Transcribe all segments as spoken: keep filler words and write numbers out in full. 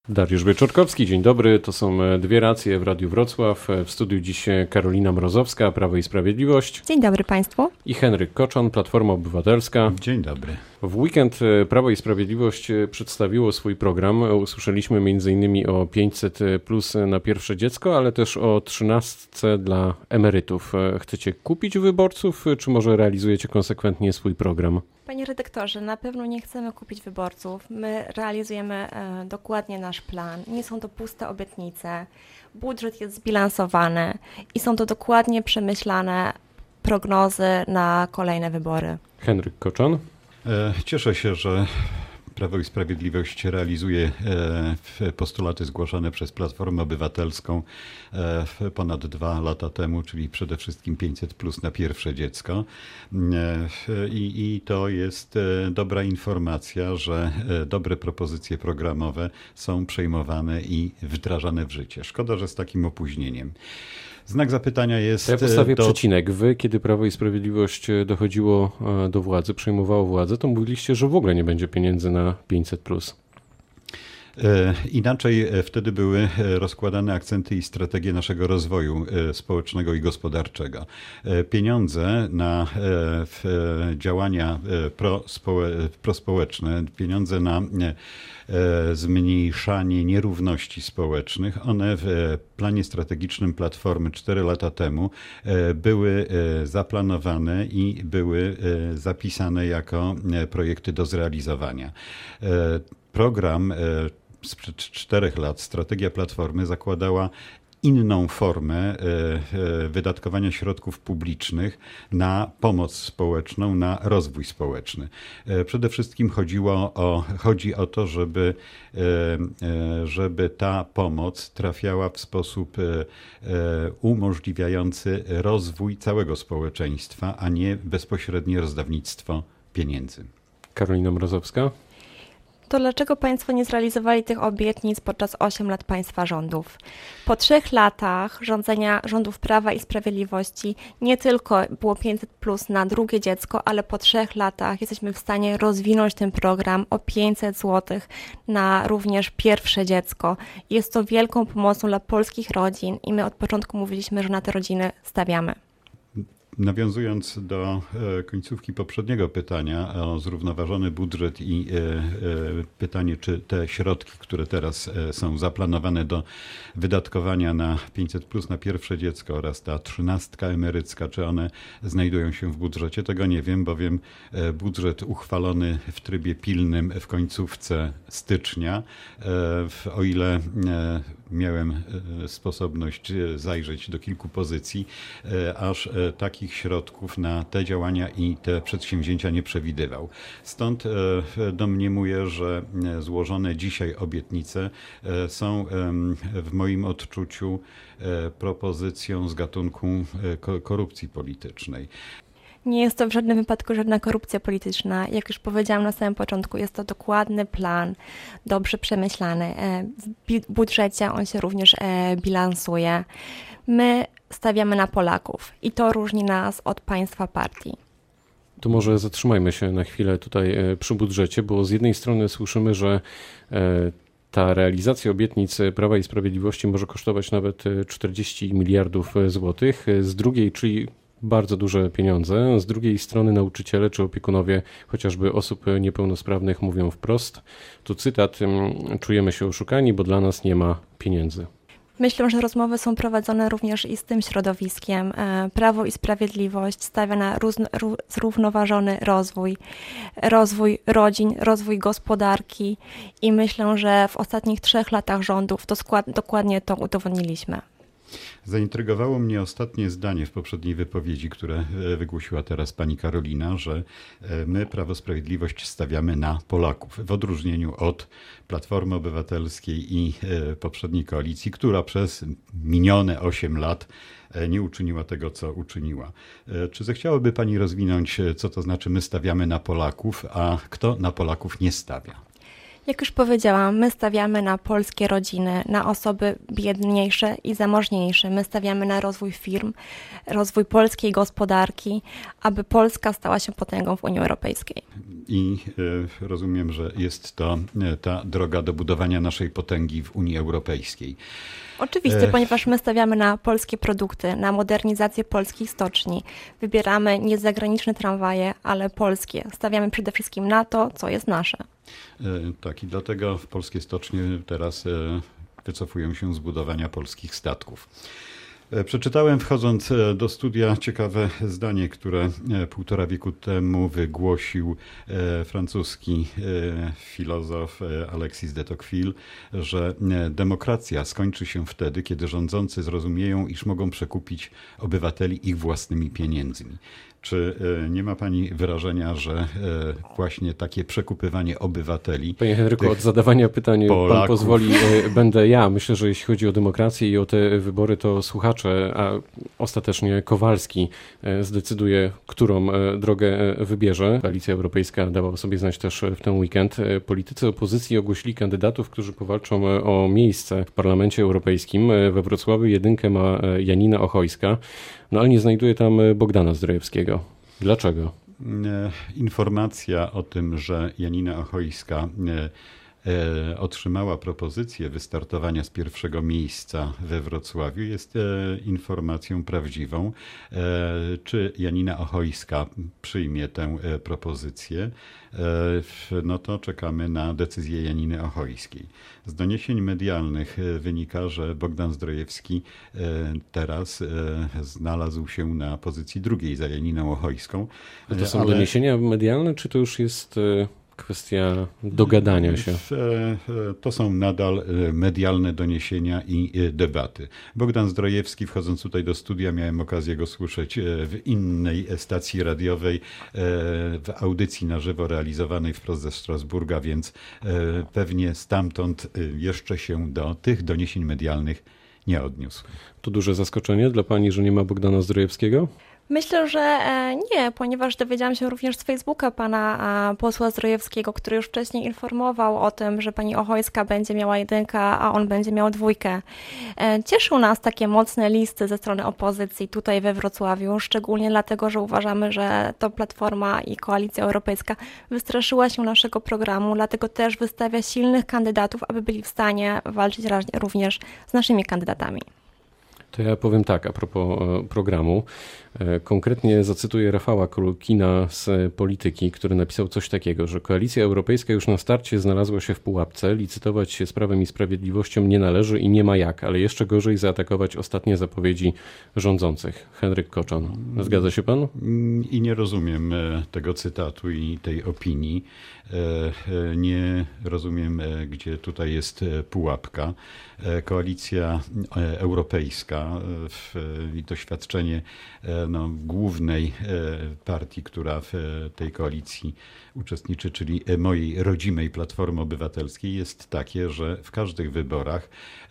Dariusz Wieczorkowski, dzień dobry. To są Dwie Racje w Radiu Wrocław. W studiu dziś Karolina Mrozowska, Prawo i Sprawiedliwość. Dzień dobry Państwu. I Henryk Koczon, Platforma Obywatelska. Dzień dobry. W weekend Prawo i Sprawiedliwość przedstawiło swój program. Usłyszeliśmy między innymi o pięćset plus na pierwsze dziecko, ale też o trzynastce dla emerytów. Chcecie kupić wyborców, czy może realizujecie konsekwentnie swój program? Panie redaktorze, na pewno nie chcemy kupić wyborców. My realizujemy e, dokładnie nasz plan. Nie są to puste obietnice. Budżet jest zbilansowany i są to dokładnie przemyślane prognozy na kolejne wybory. Henryk Koczon. Cieszę się, że Prawo i Sprawiedliwość realizuje postulaty zgłaszane przez Platformę Obywatelską ponad dwa lata temu, czyli przede wszystkim pięćset plus na pierwsze dziecko. I, I to jest dobra informacja, że dobre propozycje programowe są przejmowane i wdrażane w życie. Szkoda, że z takim opóźnieniem. Znak zapytania jest... Ja postawię do... przecinek. Wy, kiedy Prawo i Sprawiedliwość dochodziło do władzy, przejmowało władzę, to mówiliście, że w ogóle nie będzie pieniędzy na pięćset plus. Inaczej wtedy były rozkładane akcenty i strategie naszego rozwoju społecznego i gospodarczego. Pieniądze na działania prospołeczne, pieniądze na zmniejszanie nierówności społecznych, one w planie strategicznym Platformy cztery lata temu były zaplanowane i były zapisane jako projekty do zrealizowania. Program sprzed czterech lat, strategia Platformy zakładała inną formę wydatkowania środków publicznych na pomoc społeczną, na rozwój społeczny. Przede wszystkim chodziło o, chodzi o to, żeby, żeby ta pomoc trafiała w sposób umożliwiający rozwój całego społeczeństwa, a nie bezpośrednie rozdawnictwo pieniędzy. Karolina Mrozowska. To dlaczego Państwo nie zrealizowali tych obietnic podczas ośmiu lat Państwa rządów? Po trzech latach rządzenia rządów Prawa i Sprawiedliwości nie tylko było pięćset plus na drugie dziecko, ale po trzech latach jesteśmy w stanie rozwinąć ten program o pięćset złotych na również pierwsze dziecko. Jest to wielką pomocą dla polskich rodzin i my od początku mówiliśmy, że na te rodziny stawiamy. Nawiązując do końcówki poprzedniego pytania o zrównoważony budżet i pytanie, czy te środki, które teraz są zaplanowane do wydatkowania na pięćset plus na pierwsze dziecko oraz ta trzynastka emerycka, czy one znajdują się w budżecie, tego nie wiem, bowiem budżet uchwalony w trybie pilnym w końcówce stycznia, o ile miałem sposobność zajrzeć do kilku pozycji, aż takich środków na te działania i te przedsięwzięcia nie przewidywał. Stąd domniemuję, że złożone dzisiaj obietnice są w moim odczuciu propozycją z gatunku korupcji politycznej. Nie jest to w żadnym wypadku żadna korupcja polityczna. Jak już powiedziałam na samym początku, jest to dokładny plan, dobrze przemyślany. W budżecie on się również bilansuje. My stawiamy na Polaków i to różni nas od państwa partii. To może zatrzymajmy się na chwilę tutaj przy budżecie, bo z jednej strony słyszymy, że ta realizacja obietnic Prawa i Sprawiedliwości może kosztować nawet czterdzieści miliardów złotych. Z drugiej, czyli bardzo duże pieniądze. Z drugiej strony nauczyciele czy opiekunowie chociażby osób niepełnosprawnych mówią wprost. Tu cytat: czujemy się oszukani, bo dla nas nie ma pieniędzy. Myślę, że rozmowy są prowadzone również i z tym środowiskiem. Prawo i Sprawiedliwość stawia na zrównoważony rozwój, rozwój rodzin, rozwój gospodarki i myślę, że w ostatnich trzech latach rządów to skład, dokładnie to udowodniliśmy. Zaintrygowało mnie ostatnie zdanie w poprzedniej wypowiedzi, które wygłosiła teraz pani Karolina, że my, Prawo Sprawiedliwość, stawiamy na Polaków. W odróżnieniu od Platformy Obywatelskiej i poprzedniej koalicji, która przez minione osiem lat nie uczyniła tego, co uczyniła. Czy zechciałaby pani rozwinąć, co to znaczy my stawiamy na Polaków, a kto na Polaków nie stawia? Jak już powiedziałam, my stawiamy na polskie rodziny, na osoby biedniejsze i zamożniejsze. My stawiamy na rozwój firm, rozwój polskiej gospodarki, aby Polska stała się potęgą w Unii Europejskiej. I y, rozumiem, że jest to y, ta droga do budowania naszej potęgi w Unii Europejskiej. Oczywiście, ponieważ my stawiamy na polskie produkty, na modernizację polskich stoczni. Wybieramy nie zagraniczne tramwaje, ale polskie. Stawiamy przede wszystkim na to, co jest nasze. Tak, i dlatego polskie stocznie teraz wycofują się z budowania polskich statków. Przeczytałem, wchodząc do studia, ciekawe zdanie, które półtora wieku temu wygłosił francuski filozof Alexis de Tocqueville, że demokracja skończy się wtedy, kiedy rządzący zrozumieją, iż mogą przekupić obywateli ich własnymi pieniędzmi. Czy nie ma pani wrażenia, że właśnie takie przekupywanie obywateli... Panie Henryku, od zadawania pytań Polaków. Pan pozwoli, będę ja. Myślę, że jeśli chodzi o demokrację i o te wybory, to słuchacze, a ostatecznie Kowalski zdecyduje, którą drogę wybierze. Koalicja Europejska dała sobie znać też w ten weekend. Politycy opozycji ogłosili kandydatów, którzy powalczą o miejsce w Parlamencie Europejskim. We Wrocławiu jedynkę ma Janina Ochojska. No ale nie znajduje tam Bogdana Zdrojewskiego. Dlaczego? Informacja o tym, że Janina Ochojska otrzymała propozycję wystartowania z pierwszego miejsca we Wrocławiu, jest informacją prawdziwą. Czy Janina Ochojska przyjmie tę propozycję? No to czekamy na decyzję Janiny Ochojskiej. Z doniesień medialnych wynika, że Bogdan Zdrojewski teraz znalazł się na pozycji drugiej za Janiną Ochojską. A to są ale... doniesienia medialne, czy to już jest... kwestia dogadania się? To są nadal medialne doniesienia i debaty. Bogdan Zdrojewski, wchodząc tutaj do studia, miałem okazję go słyszeć w innej stacji radiowej, w audycji na żywo realizowanej wprost ze Strasburga, więc pewnie stamtąd jeszcze się do tych doniesień medialnych nie odniósł. To duże zaskoczenie dla pani, że nie ma Bogdana Zdrojewskiego? Myślę, że nie, ponieważ dowiedziałam się również z Facebooka pana posła Zdrojewskiego, który już wcześniej informował o tym, że pani Ochojska będzie miała jedynkę, a on będzie miał dwójkę. Cieszą nas takie mocne listy ze strony opozycji tutaj we Wrocławiu, szczególnie dlatego, że uważamy, że to Platforma i Koalicja Europejska wystraszyła się naszego programu, dlatego też wystawia silnych kandydatów, aby byli w stanie walczyć również z naszymi kandydatami. To ja powiem tak, a propos programu. Konkretnie zacytuję Rafała Kolukina z Polityki, który napisał coś takiego, że Koalicja Europejska już na starcie znalazła się w pułapce, licytować się z Prawem i Sprawiedliwością nie należy i nie ma jak, ale jeszcze gorzej zaatakować ostatnie zapowiedzi rządzących. Henryk Koczan. Zgadza się pan? I nie rozumiem tego cytatu i tej opinii. Nie rozumiem, gdzie tutaj jest pułapka. Koalicja Europejska i doświadczenie no, głównej partii, która w tej koalicji uczestniczy, czyli mojej rodzimej Platformy Obywatelskiej, jest takie, że w każdych wyborach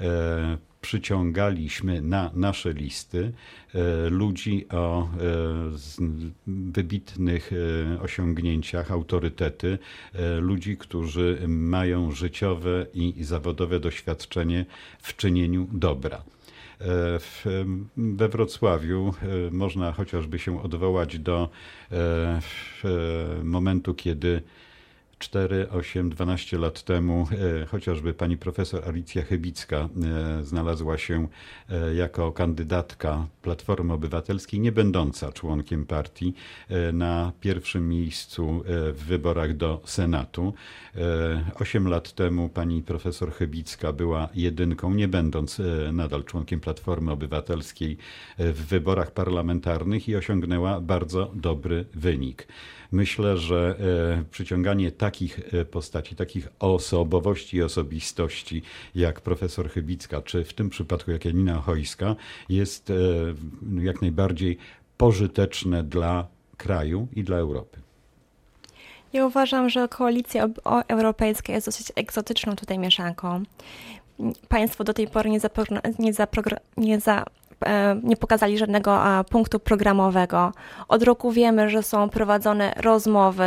przyciągaliśmy na nasze listy ludzi o wybitnych osiągnięciach, autorytety, ludzi, którzy mają życiowe i zawodowe doświadczenie w czynieniu dobra. W, we Wrocławiu można chociażby się odwołać do momentu, kiedy cztery, osiem, dwanaście lat temu chociażby pani profesor Alicja Chybicka znalazła się jako kandydatka Platformy Obywatelskiej, nie będąca członkiem partii, na pierwszym miejscu w wyborach do Senatu. Osiem lat temu pani profesor Chybicka była jedynką, nie będąc nadal członkiem Platformy Obywatelskiej w wyborach parlamentarnych i osiągnęła bardzo dobry wynik. Myślę, że przyciąganie takich postaci, takich osobowości i osobistości jak profesor Chybicka, czy w tym przypadku jak Janina Ochojska, jest jak najbardziej pożyteczne dla kraju i dla Europy. Ja uważam, że Koalicja Europejska jest dosyć egzotyczną tutaj mieszanką. Państwo do tej pory nie, zapro- nie, zapro- nie za nie pokazali żadnego punktu programowego. Od roku wiemy, że są prowadzone rozmowy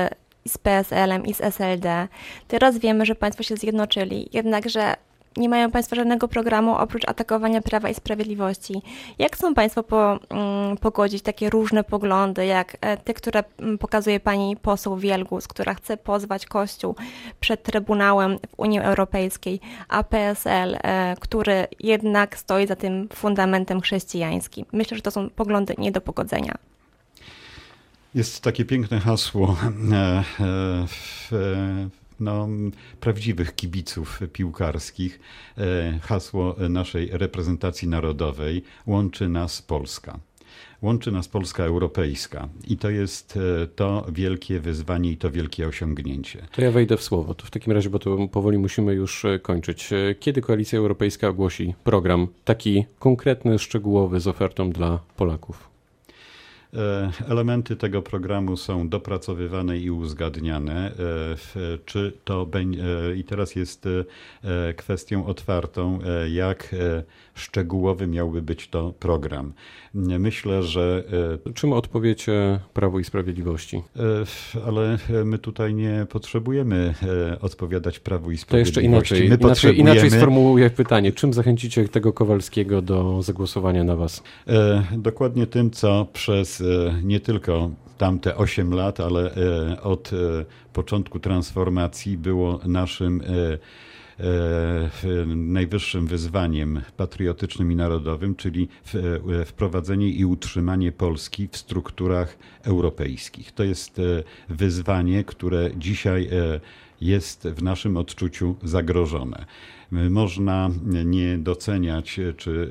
i z P S L-em, i z S L D. Teraz wiemy, że państwo się zjednoczyli, jednakże nie mają państwo żadnego programu oprócz atakowania Prawa i Sprawiedliwości. Jak chcą państwo po, um, pogodzić takie różne poglądy, jak te, które pokazuje pani poseł Wielgus, która chce pozwać Kościół przed Trybunałem w Unii Europejskiej, a P S L, e, który jednak stoi za tym fundamentem chrześcijańskim? Myślę, że to są poglądy nie do pogodzenia. Jest takie piękne hasło e, e, e, no, prawdziwych kibiców piłkarskich. E, hasło naszej reprezentacji narodowej: łączy nas Polska. Łączy nas Polska europejska i to jest to wielkie wyzwanie i to wielkie osiągnięcie. To ja wejdę w słowo. To w takim razie, bo to powoli musimy już kończyć. Kiedy Koalicja Europejska ogłosi program taki konkretny, szczegółowy z ofertą dla Polaków? Elementy tego programu są dopracowywane i uzgadniane. Czy to będzie, i teraz jest kwestią otwartą, jak szczegółowy miałby być to program. Myślę, że... Czym odpowiecie Prawu i Sprawiedliwości? Ale my tutaj nie potrzebujemy odpowiadać Prawu i To Sprawiedliwości. jeszcze inaczej. My Inaczej, potrzebujemy... inaczej sformułuję pytanie. Czym zachęcicie tego Kowalskiego do zagłosowania na was? Dokładnie tym, co przez nie tylko tamte osiem lat, ale od początku transformacji było naszym najwyższym wyzwaniem patriotycznym i narodowym, czyli wprowadzenie i utrzymanie Polski w strukturach europejskich. To jest wyzwanie, które dzisiaj jest w naszym odczuciu zagrożone. Można nie doceniać czy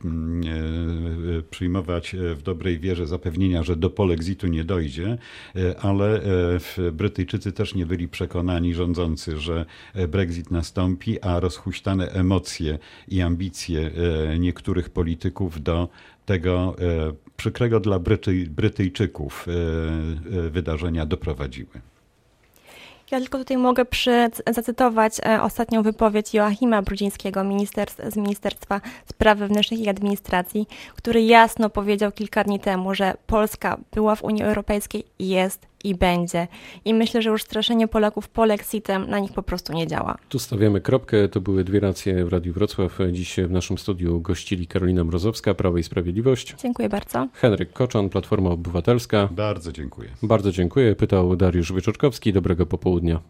przyjmować w dobrej wierze zapewnienia, że do polexitu nie dojdzie, ale Brytyjczycy też nie byli przekonani, rządzący, że Brexit nastąpi, a rozhuśtane emocje i ambicje niektórych polityków do tego przykrego dla Bryty, Brytyjczyków wydarzenia doprowadziły. Ja tylko tutaj mogę przy, zacytować e, ostatnią wypowiedź Joachima Brudzińskiego z Ministerstwa Spraw Wewnętrznych i Administracji, który jasno powiedział kilka dni temu, że Polska była w Unii Europejskiej, jest i będzie. I myślę, że już straszenie Polaków polexitem na nich po prostu nie działa. Tu stawiamy kropkę. To były dwie racje w Radiu Wrocław. Dziś w naszym studiu gościli Karolina Mrozowska, Prawo i Sprawiedliwość. Dziękuję bardzo. Henryk Koczon, Platforma Obywatelska. Bardzo dziękuję. Bardzo dziękuję. Pytał Dariusz Wieczorkowski. Dobrego popołudnia.